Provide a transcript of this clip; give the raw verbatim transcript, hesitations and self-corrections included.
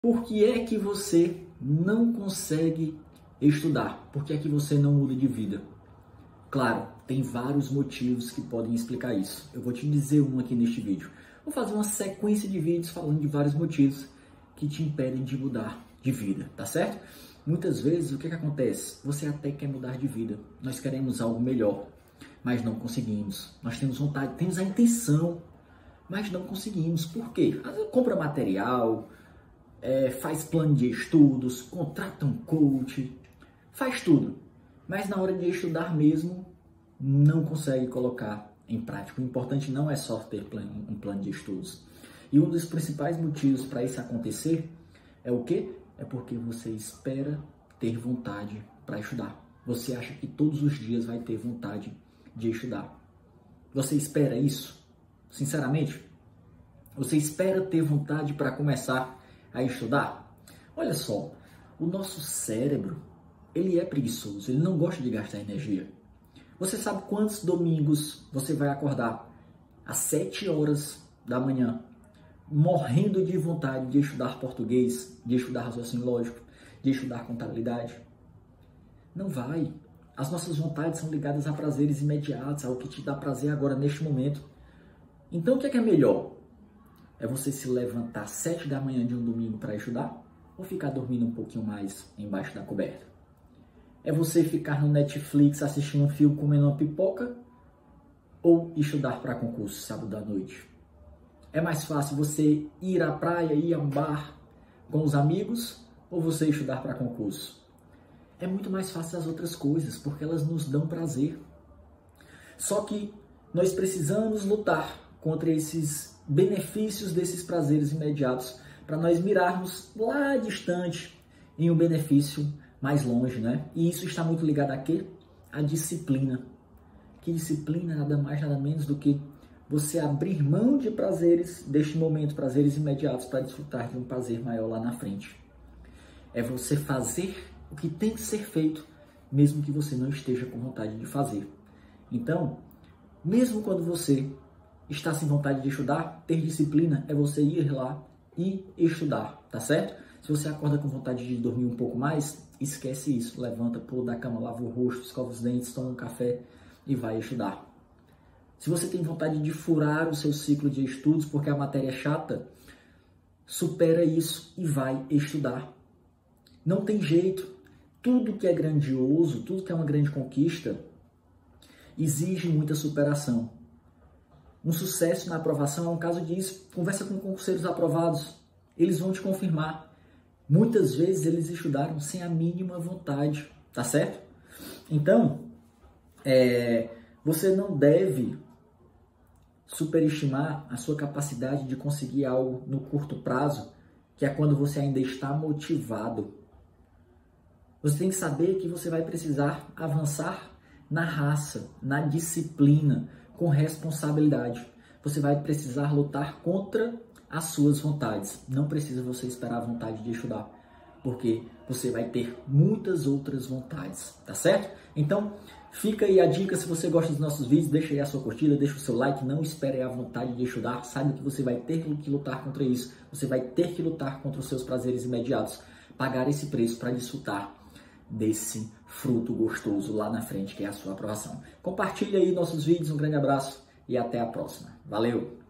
Por que é que você não consegue estudar? Por que é que você não muda de vida? Claro, tem vários motivos que podem explicar isso. Eu vou te dizer um aqui neste vídeo. Vou fazer uma sequência de vídeos falando de vários motivos que te impedem de mudar de vida, tá certo? Muitas vezes, o que que acontece? Você até quer mudar de vida. Nós queremos algo melhor, mas não conseguimos. Nós temos vontade, temos a intenção, mas não conseguimos. Por quê? Compra material, é, faz plano de estudos, contrata um coach, faz tudo. Mas na hora de estudar mesmo, não consegue colocar em prática. O importante não é só ter plano, um plano de estudos. E um dos principais motivos para isso acontecer é o quê? É porque você espera ter vontade para estudar. Você acha que todos os dias vai ter vontade de estudar. Você espera isso? Sinceramente? Você espera ter vontade para começar a estudar? Olha só, o nosso cérebro, ele é preguiçoso, ele não gosta de gastar energia. Você sabe quantos domingos você vai acordar às sete horas da manhã, morrendo de vontade de estudar português, de estudar raciocínio lógico, de estudar contabilidade? Não vai. As nossas vontades são ligadas a prazeres imediatos, ao que te dá prazer agora, neste momento. Então, o que é, que é melhor? É você se levantar às sete da manhã de um domingo para estudar? Ou ficar dormindo um pouquinho mais embaixo da coberta? É você ficar no Netflix assistindo um filme, comendo uma pipoca? Ou estudar para concurso sábado à noite? É mais fácil você ir à praia, ir a um bar com os amigos? Ou você estudar para concurso? É muito mais fácil as outras coisas, porque elas nos dão prazer. Só que nós precisamos lutar contra esses benefícios desses prazeres imediatos, para nós mirarmos lá distante em um benefício mais longe, né? E isso está muito ligado a quê? A disciplina. Que disciplina nada mais, nada menos do que você abrir mão de prazeres deste momento, prazeres imediatos, para desfrutar de um prazer maior lá na frente. É você fazer o que tem que ser feito, mesmo que você não esteja com vontade de fazer. Então, mesmo quando você está sem vontade de estudar, ter disciplina é você ir lá e estudar, tá certo? Se você acorda com vontade de dormir um pouco mais, esquece isso. Levanta, pula da cama, lava o rosto, escova os dentes, toma um café e vai estudar. Se você tem vontade de furar o seu ciclo de estudos porque a matéria é chata, supera isso e vai estudar. Não tem jeito. Tudo que é grandioso, tudo que é uma grande conquista, exige muita superação. Um sucesso na aprovação é um caso disso. Conversa com concurseiros aprovados. Eles vão te confirmar. Muitas vezes eles estudaram sem a mínima vontade, tá certo? Então, é, você não deve superestimar a sua capacidade de conseguir algo no curto prazo, que é quando você ainda está motivado. Você tem que saber que você vai precisar avançar na raça, na disciplina, com responsabilidade. Você vai precisar lutar contra as suas vontades. Não precisa você esperar a vontade de estudar, porque você vai ter muitas outras vontades, tá certo? Então, fica aí a dica. Se você gosta dos nossos vídeos, deixa aí a sua curtida, deixa o seu like, não espere a vontade de estudar. Saiba que você vai ter que lutar contra isso. Você vai ter que lutar contra os seus prazeres imediatos, pagar esse preço para desfrutar desse fruto gostoso lá na frente, que é a sua aprovação. Compartilhe aí nossos vídeos, um grande abraço e até a próxima. Valeu!